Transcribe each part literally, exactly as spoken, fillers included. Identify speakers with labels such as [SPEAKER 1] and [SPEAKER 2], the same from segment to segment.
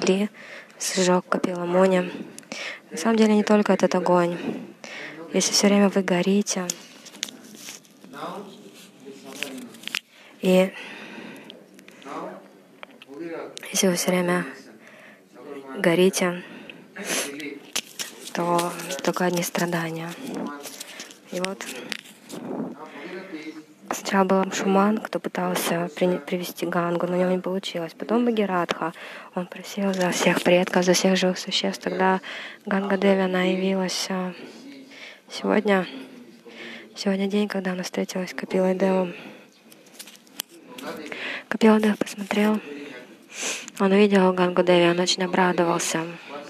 [SPEAKER 1] Агни сжег Капиламуни. На самом деле не только этот огонь. Если все время вы горите, и если вы все время горите, то только одни страдания. И вот сначала был Амшуман, кто пытался при, привести Гангу, но у него не получилось. Потом Бхагиратха, он просил за всех предков, за всех живых существ. Тогда Ганга Деви, она явилась сегодня, сегодня день, когда она встретилась с Капилой Девом. Капила Дев посмотрел, он увидел Гангу Деви, он очень обрадовался.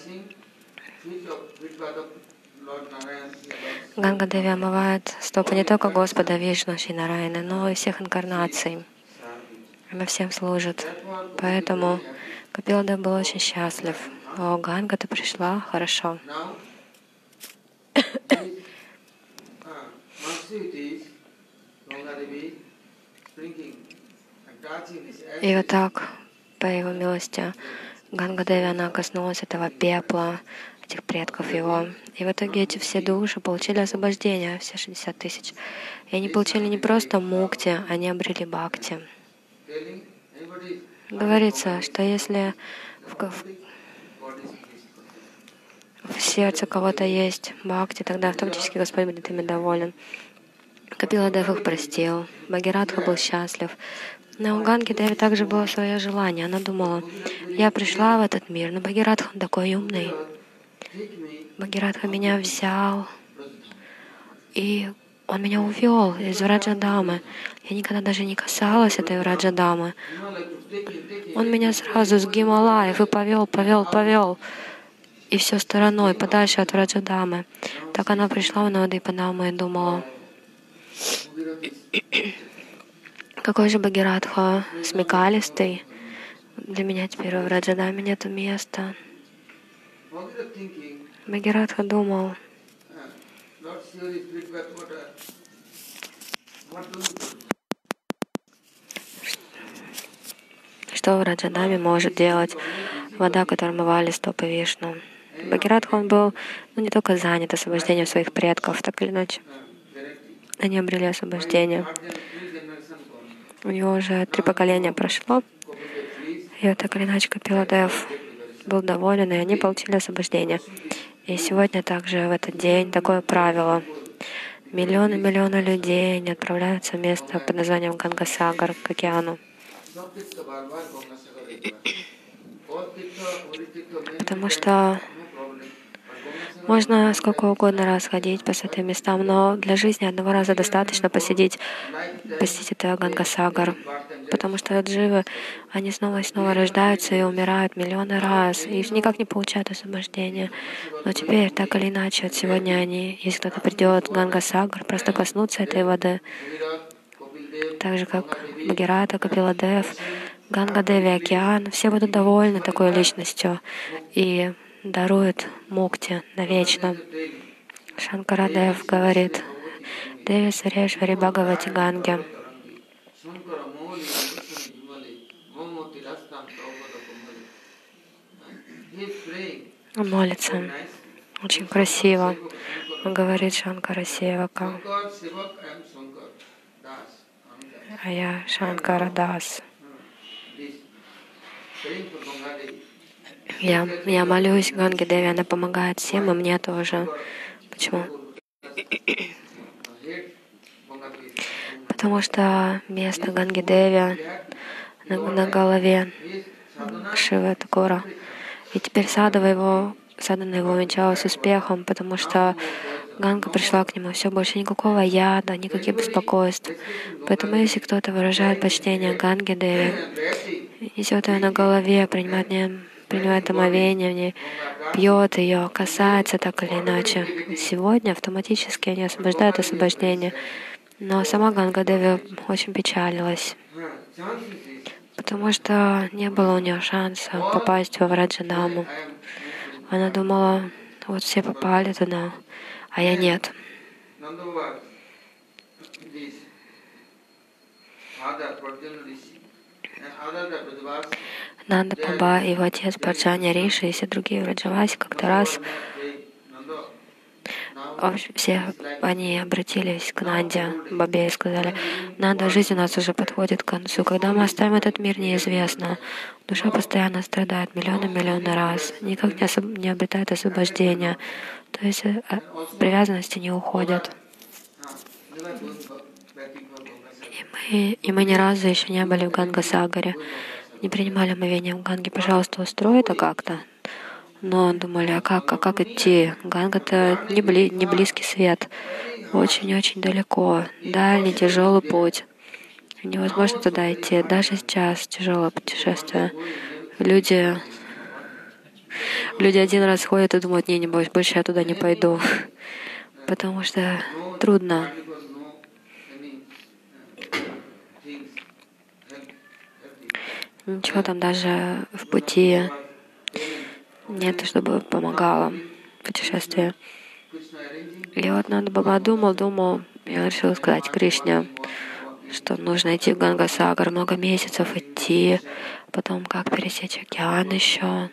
[SPEAKER 1] Ганга Деви омывает стопы не только Господа Вишну, Шри Нараяны, но и всех инкарнаций. Она всем служит. Поэтому Капила Дев был очень счастлив. О, Ганга, ты пришла? Хорошо. И вот так, по его милости, Ганга Деви, она коснулась этого пепла, этих предков его. И в итоге эти все души получили освобождение, все шестьдесят тысяч. И они получили не просто мукти, они обрели бхакти. Говорится, что если в, в сердце кого-то есть бхакти, тогда автоматически Господь будет ими доволен. Капила Дев их простил, Бхагиратха был счастлив. Но у Ганги Деви также было свое желание. Она думала, я пришла в этот мир, но Бхагиратха он такой умный. Бхагиратха меня взял, и он меня увел из Враджадамы. Я никогда даже не касалась этой Враджадамы. Он меня сразу с Гималаев и повел, повел, повел. И все стороной, подальше от Враджадамы. Так она пришла в Навадвипадаму и думала, какой же Бхагиратха смекалистый. Для меня теперь в Враджадаме нету места. Бхагиратха думал, что в Враджадаме может делать вода, которой омывали стопы Вишну. Бхагиратха, он был ну, не только занят освобождением своих предков, так или иначе. Они обрели освобождение. У него уже три поколения прошло. И вот так или иначе Капила Дев был доволен, и они получили освобождение. И сегодня также в этот день такое правило. Миллионы-миллионы людей не отправляются в место под названием Гангасагар, к океану. Потому что можно сколько угодно раз ходить по святым местам, но для жизни одного раза достаточно посетить, посетить это Гангасагар. Потому что дживы, они снова и снова рождаются и умирают миллионы раз, и никак не получают освобождения. Но теперь, так или иначе, вот сегодня они, если кто-то придет в Гангасагар, просто коснуться этой воды, так же как Бхагирата, Капила Дев, Ганга Деви, океан, все будут довольны такой личностью и даруют мукти навечно. Шанкара Дев говорит, Деви Сурешвари Бхагавати Ганге. Он молится очень красиво. Он говорит Шанкара Севака. А я Шанкара Дас. Я, я молюсь Ганге Деви, она помогает всем, и мне тоже. Почему? Потому что место Ганги Деви на, на голове Шивы Такура. И теперь Садава его, Садана его венчалась успехом, потому что Ганга пришла к нему, все больше никакого яда, никаких беспокойств. Поэтому если кто-то выражает почтение Ганге Деви, несет ее на голове, принимает, не, принимает омовение в ней, пьет ее, касается так или иначе, сегодня автоматически они освобождают освобождение. Но сама Ганга Деви очень печалилась, потому что не было у нее шанса попасть во Враджадаму. Она думала, вот все попали туда, а я нет. Нанда Баба и его отец Парджаня Риши и все другие Враджаваси как-то раз все они обратились к Нанде Бабе и сказали: «Нанда, жизнь у нас уже подходит к концу. Когда мы оставим этот мир, неизвестно. Душа постоянно страдает миллионы-миллионы раз, никак не, особ... не обретает освобождения. То есть привязанности не уходят. И мы, и мы ни разу еще не были в Ганга-сагаре, не принимали омовение в Ганге. Пожалуйста, устрой это как-то». Но думали, а как, а как идти? Ганга-то не, бли, не близкий свет, очень-очень далеко, дальний тяжелый путь. Невозможно туда идти. Даже сейчас тяжелое путешествие. Люди, люди один раз ходят и думают: не, не бойся, больше я туда не пойду, потому что трудно. Ничего там даже в пути нет, чтобы помогало путешествие. И вот Нанда Баба думал, думал, и он решил сказать Кришне, что нужно идти в Ганга-сагар, много месяцев идти, потом как пересечь океан еще,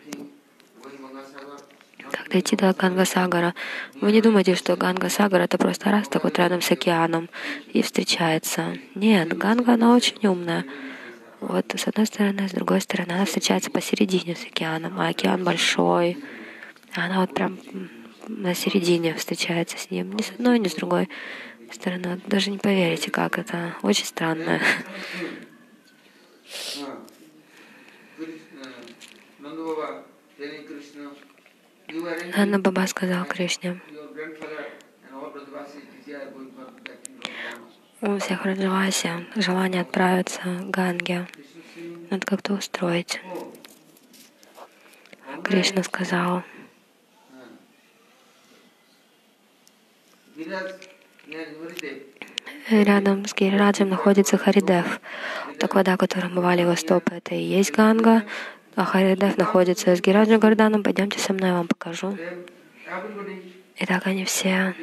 [SPEAKER 1] как дойти до Ганга-сагара. Вы не думайте, что Ганга-сагар — это просто раз так вот рядом с океаном и встречается. Нет, Ганга, она очень умная. Вот с одной стороны, с другой стороны, она встречается посередине с океаном, а океан большой. Она вот прям на середине встречается с ним, ни с одной, ни с другой стороны. Даже не поверите, как это. Очень странно. Нанда Баба сказал Кришне: у всех Враджаваси желание отправиться к Ганге. Надо как-то устроить. Кришна сказал: рядом с Гирираджем находится Харидев. Так вода, которой омывали его стопы, это и есть Ганга. А Харидев находится с Гирираджем Горданом. Пойдемте со мной, я вам покажу. И так они все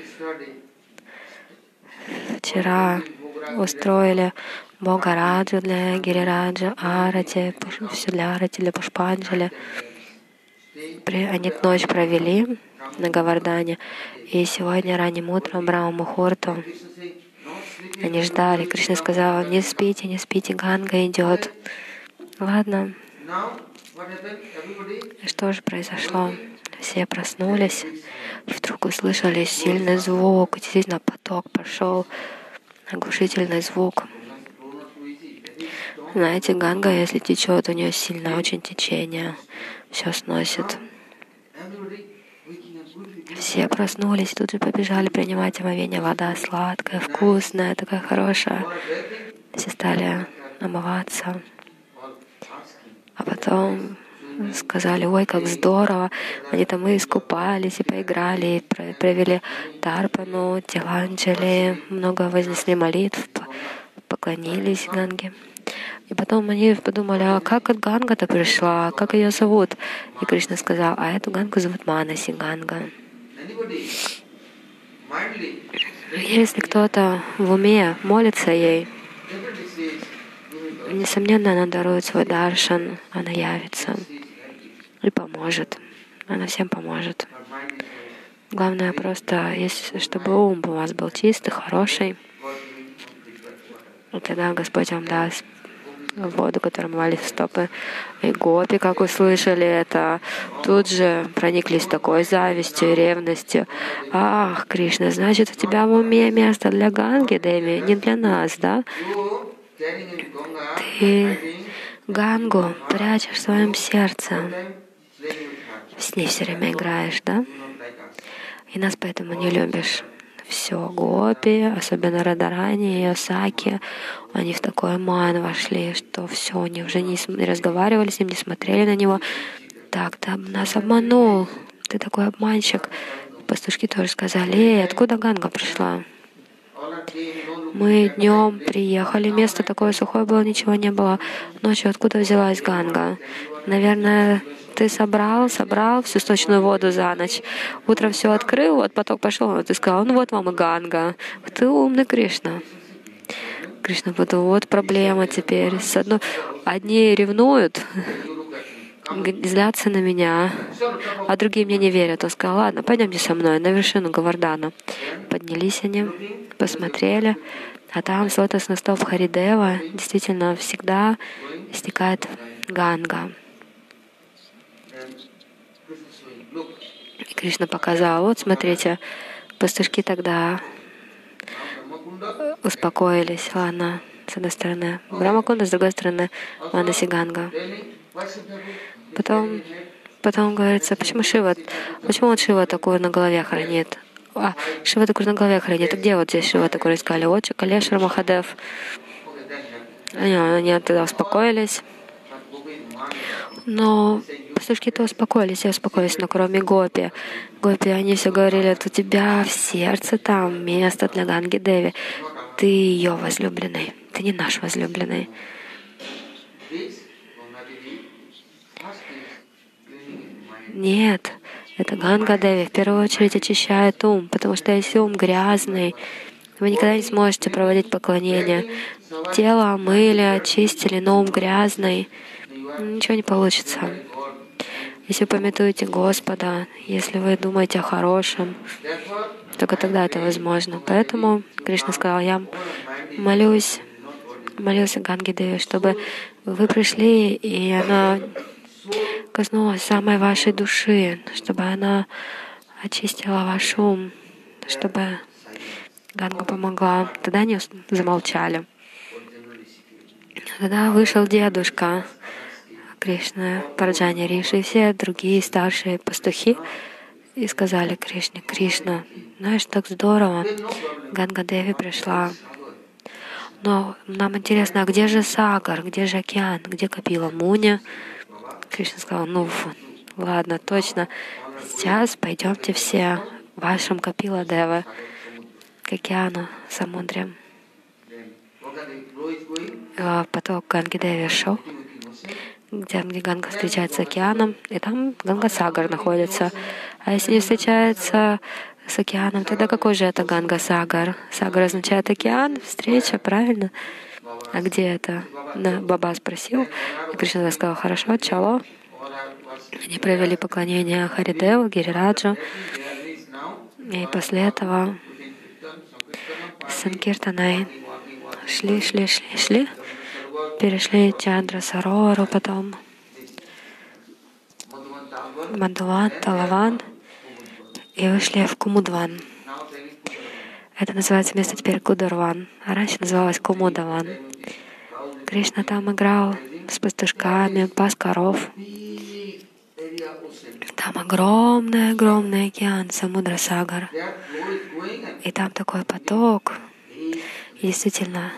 [SPEAKER 1] вчера устроили Бога-раджу для Гирираджа, Арати, все для Арати, для Пушпанджали. Они ночь провели на Говардане, и сегодня ранним утром, Брахма-мухурту, они ждали. Кришна сказал: не спите, не спите, Ганга идет. Ладно. И что же произошло? Все проснулись, и вдруг услышали сильный звук, действительно поток пошел, оглушительный звук. Знаете, Ганга, если течет, у нее сильное очень течение, все сносит. Все проснулись, тут же побежали принимать омовение. Вода сладкая, вкусная, такая хорошая. Все стали омываться. А потом сказали: ой, как здорово. Они там и искупались, и поиграли, и провели Тарпану, Тиланджали, много вознесли молитв, поклонились Ганге. И потом они подумали: а как от Ганга-то пришла, как ее зовут? И Кришна сказал: а эту Гангу зовут Манаси Ганга. Если кто-то в уме молится ей, несомненно, она дарует свой даршан, она явится и поможет. Она всем поможет. Главное просто, если, чтобы ум у вас был чистый, хороший, и тогда Господь вам даст воду, которой омывались стопы. И гопи, как услышали это, тут же прониклись такой завистью и ревностью. Ах, Кришна, значит, у тебя в уме место для Ганги, Деви, не для нас, да? Ты Гангу прячешь в своем сердце. С ней все время играешь, да? И нас поэтому не любишь. Все, гопи, особенно Радарани и Осаки, они в такой ман вошли, что все, они уже не, не разговаривали с ним, не смотрели на него. Так, ты нас обманул, ты такой обманщик. Пастушки тоже сказали: эй, откуда Ганга пришла? Мы днем приехали, место такое сухое было, ничего не было. Ночью откуда взялась Ганга? Наверное, ты собрал, собрал всю сточную воду за ночь. Утром все открыл, вот поток пошел, вот ты сказал: ну вот вам и Ганга. Ты умный, Кришна. Кришна подумал: вот проблема теперь. С одной... Одни ревнуют, злятся на меня, а другие мне не верят. Он сказал: ладно, пойдемте со мной на вершину Говардхана. Поднялись они, посмотрели, а там с лотосных стоп Харидева действительно всегда стекает Ганга. И Кришна показал: вот смотрите, пастушки тогда успокоились. Ладно, с одной стороны Брамакунда, с другой стороны Манаси Ганга. Потом, потом говорится, почему Шива, почему вот Шива такую на голове хранит? А, Шива такую на голове хранит. А где вот здесь Шива такой? Искали отче, Калешвар Махадев. Они, они тогда успокоились. Но пастушки-то успокоились, я успокоились, но кроме Гопи. Гопи, они все говорили: у тебя в сердце там место для Ганги Деви. Ты ее возлюбленный, ты не наш возлюбленный. Нет, это Ганга Деви в первую очередь очищает ум, потому что если ум грязный, вы никогда не сможете проводить поклонение. Тело омыли, очистили, но ум грязный, ничего не получится. Если вы памятуете Господа, если вы думаете о хорошем, только тогда это возможно. Поэтому Кришна сказал: я молюсь, молился Ганге Деви, чтобы вы пришли, и она коснулась самой вашей души, чтобы она очистила ваш ум, чтобы Ганга помогла. Тогда они замолчали. Тогда вышел дедушка Кришна, Парджани Риши, и все другие старшие пастухи, и сказали Кришне: Кришна, знаешь, так здорово, Ганга Деви пришла. Но нам интересно, а где же Сагар, где же океан, где Капила Муни? Кришна сказал: ну ладно, точно, сейчас пойдемте все в вашем Капила Дева к океану, Самудре. Поток Ганги Деви шел, где, где Ганга встречается с океаном, и там Ганга Сагар находится. А если не встречается с океаном, тогда какой же это Ганга Сагар? Сагар означает океан, встреча, правильно? А где это? Да, Баба спросил, и Кришна сказал: хорошо, чало. Они провели поклонение Харидеву, Гирираджу, и после этого с Санкиртаной шли, шли, шли, шли, перешли Чандра Саровару, потом Мадхуван, Талаван, и вышли в Кумудван. Это называется место теперь Кударван, а раньше называлось Кумудаван. Кришна там играл с пастушками, пас коров. Там огромный-огромный океан, Самудра Сагар. И там такой поток. И действительно,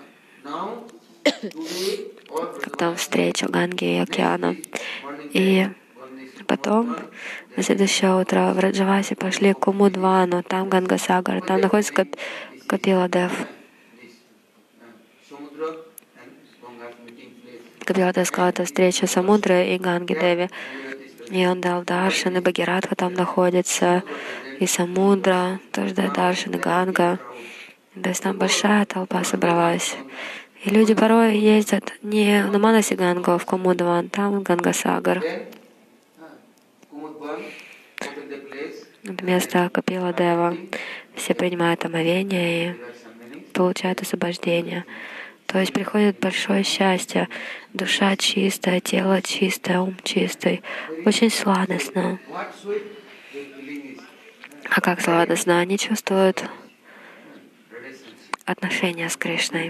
[SPEAKER 1] как там встреча Ганги и океана. И потом на следующее утро в Раджавасе пошли к Кумудвану, там Ганга Сагар, там находится Кап... Капила Дев. Капила Дев сказал: это встреча Самудры и Ганги Деви. И он дал даршан, и Бхагиратха там находится, и Самудра, тоже дает даршан, и Ганга. То есть там большая толпа собралась. И люди порой ездят не на Манаси Гангу, а в Кумудван, там Ганга Сагар. Вместо Капила Дева все принимают омовение и получают освобождение. То есть приходит большое счастье, душа чистая, тело чистое, ум чистый. Очень сладостно. А как сладостно? Они чувствуют отношения с Кришной.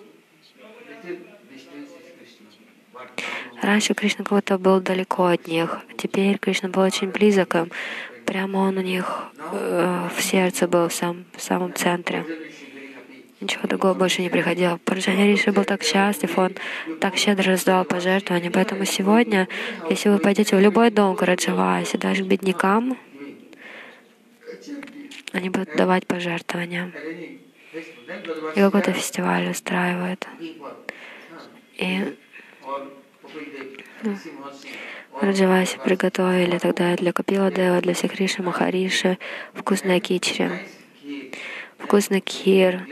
[SPEAKER 1] Раньше Кришна как будто был далеко от них, теперь Кришна был очень близок к им. Прямо он у них э, в сердце был, в, сам, в самом центре. Ничего другого больше не приходило. Парджани Риши был так счастлив, он так щедро раздавал пожертвования. Поэтому сегодня, если вы пойдете в любой дом Раджаваси, даже к беднякам, они будут давать пожертвования. И какой-то фестиваль устраивают. И ну, Раджаваси приготовили тогда для Капила Дева, для всех Риши, Махариши вкусные кичри, вкусный кир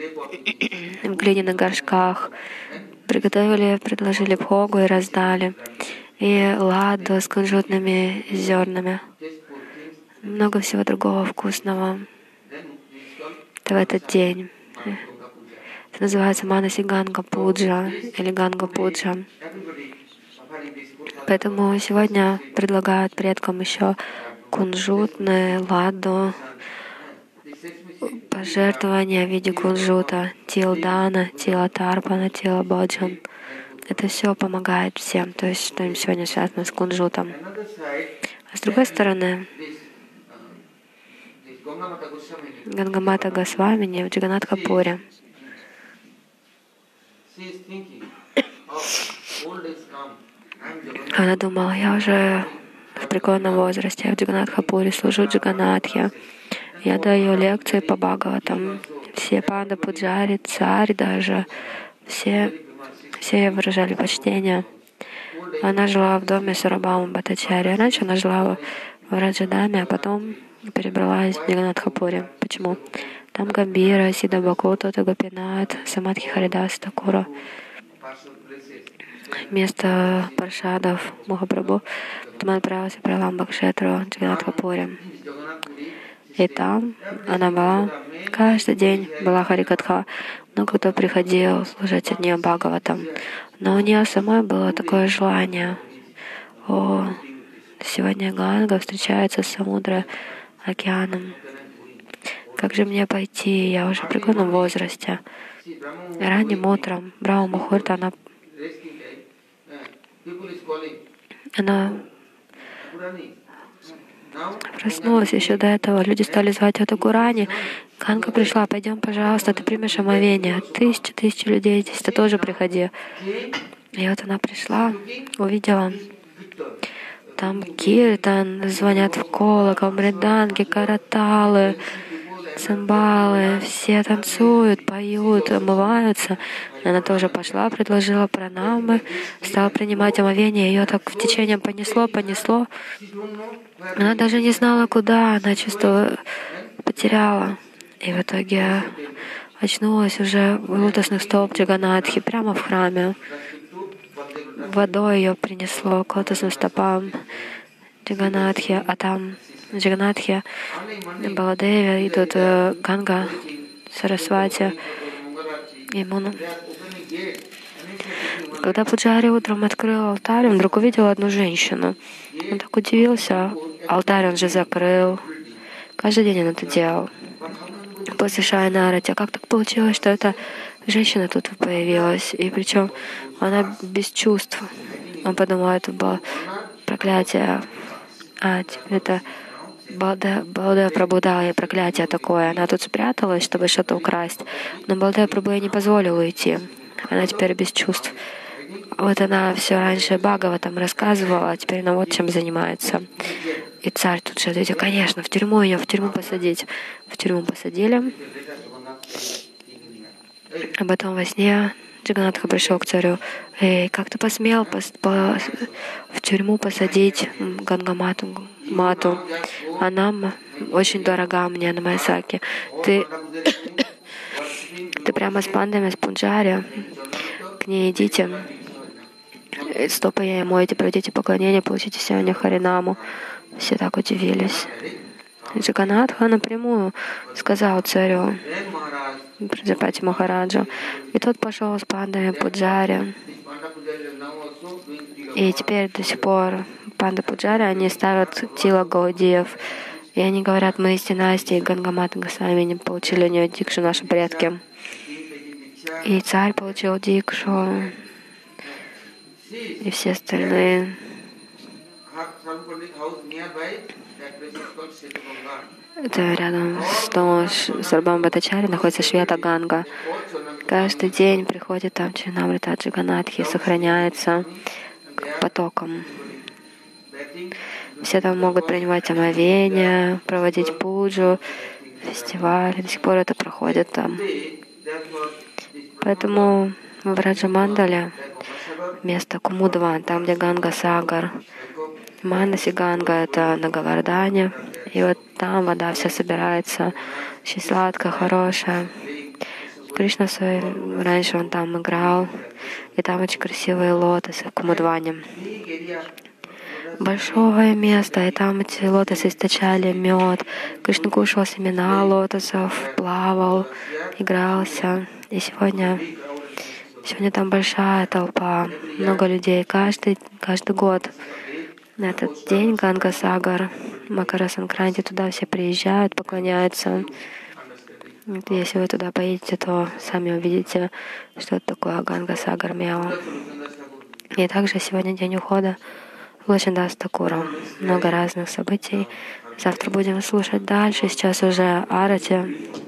[SPEAKER 1] в глиняных горшках. Приготовили, предложили бхогу и раздали. и ладу с кунжутными зернами. Много всего другого вкусного. Это в этот день. Это называется Манаси Ганга Пуджа или Ганга Пуджа. Поэтому сегодня предлагают предкам еще кунжутные, ладу, пожертвования в виде кунжута, тилдана, тилатарпана, тилабаджан. Это все помогает всем, то есть что им сегодня связано с кунжутом. А с другой стороны, Гангамата Госвамини в Джаганатхапуре. Она думала, я уже в преклонном возрасте, я в Джаганатхапуре служу Джаганатхе. Я даю лекции по Бхагаватам. Все панда пуджари, царь даже, все, все выражали почтение. Она жила в доме Сарабхаума Бхаттачарьи. Раньше она жила в Раджадаме, а потом перебралась в Джаганатхапуре. Почему? Там Гамбира, Сида Бхакута, Гопинат, Самадхи Харидас Такура. Место Паршадов Махапрабху. Потом он отправился в Праламбакшетру в Джаганатхапуре. И там она была каждый день, была Харикатха. Много кто приходил слушать от нее Бхагаватам. Но у нее самой было такое желание. О, сегодня Ганга встречается с Самудра океаном. Как же мне пойти? Я уже в преклонном возрасте. Ранним утром, Брахма Мухурта, она, она проснулась еще до этого. Люди стали звать ее Такурани. Ганга пришла, пойдем, пожалуйста, ты примешь омовение. Тысячи, тысячи людей здесь, ты тоже приходи. И вот она пришла, увидела. Там киртан, звонят в колокол, мриданги, караталы, цимбалы, все танцуют, поют, омываются. Она тоже пошла, предложила пранамы, стала принимать омовение. Ее так в течение понесло, понесло. Она даже не знала, куда, она чувство потеряла. И в итоге очнулась уже в лотосных столб Джаганатхи, прямо в храме. Водой ее принесло к лотосным стопам Джаганатхи, а там в Джаганатхе Баладеви идут Ганга, Сарасвати, Ямуна. Когда Пуджари утром открыл алтарь, он вдруг увидел одну женщину. Он так удивился. Алтарь он же закрыл. Каждый день он это делал. После Шайнарати. А как так получилось, что эта женщина тут появилась? И причем она без чувств. Он подумал, это было проклятие. А, это Балдея, Балдея Прабху ей проклятие такое. Она тут спряталась, чтобы что-то украсть. Но Балдея Прабху ей не позволила уйти. Она теперь без чувств. Вот она все раньше Бхагаватам рассказывала, а теперь она вот чем занимается. И царь тут же ответил, конечно, в тюрьму ее, в тюрьму посадить. В тюрьму посадили. А потом во сне Джаганатха пришел к царю. Эй, как ты посмел пос по в тюрьму посадить Гангамату? Мату? Она очень дорога мне на Майсаке. Ты, ты прямо с пандами, с Пунджари. К ней идите. Стопы ей мойте, проведите поклонение, получите сегодня Харинаму. Все так удивились. Джаганатха напрямую сказал царю Праджапати Махараджу. И тот пошел с пандами Пуджари. И теперь до сих пор панда Пуджари, они ставят тила Гаудиев. И они говорят, мы из династии Гангамата Госвами получили у нее дикшу, наши предки. И царь получил дикшу. И все остальные. Это рядом с домом Сарабхаума Бхаттачарьи находится Швета Ганга. Каждый день приходит там Чаринамрита Джаганатхи, сохраняется потоком. Все там могут принимать омовения, проводить пуджу, фестивали. До сих пор это проходит там. Поэтому в Раджамандале место Кумудван, там, где Ганга Сагар, Манаси Ганга — это на Гавардане. И вот там вода вся собирается, очень сладкая, хорошая. Кришна свой, раньше он там играл, и там очень красивые лотосы в Кумудване. Большое место, и там эти лотосы источали мед. Кришна кушал семена лотосов, плавал, игрался. И сегодня, сегодня там большая толпа, много людей. Каждый, каждый год на этот день Ганга-Сагар, Макара Санкранти, туда все приезжают, поклоняются. Если вы туда поедете, то сами увидите, что это такое Ганга-Сагар Мела. И также сегодня день ухода Лачандас Такура. Много разных событий. Завтра будем слушать дальше. Сейчас уже Арати.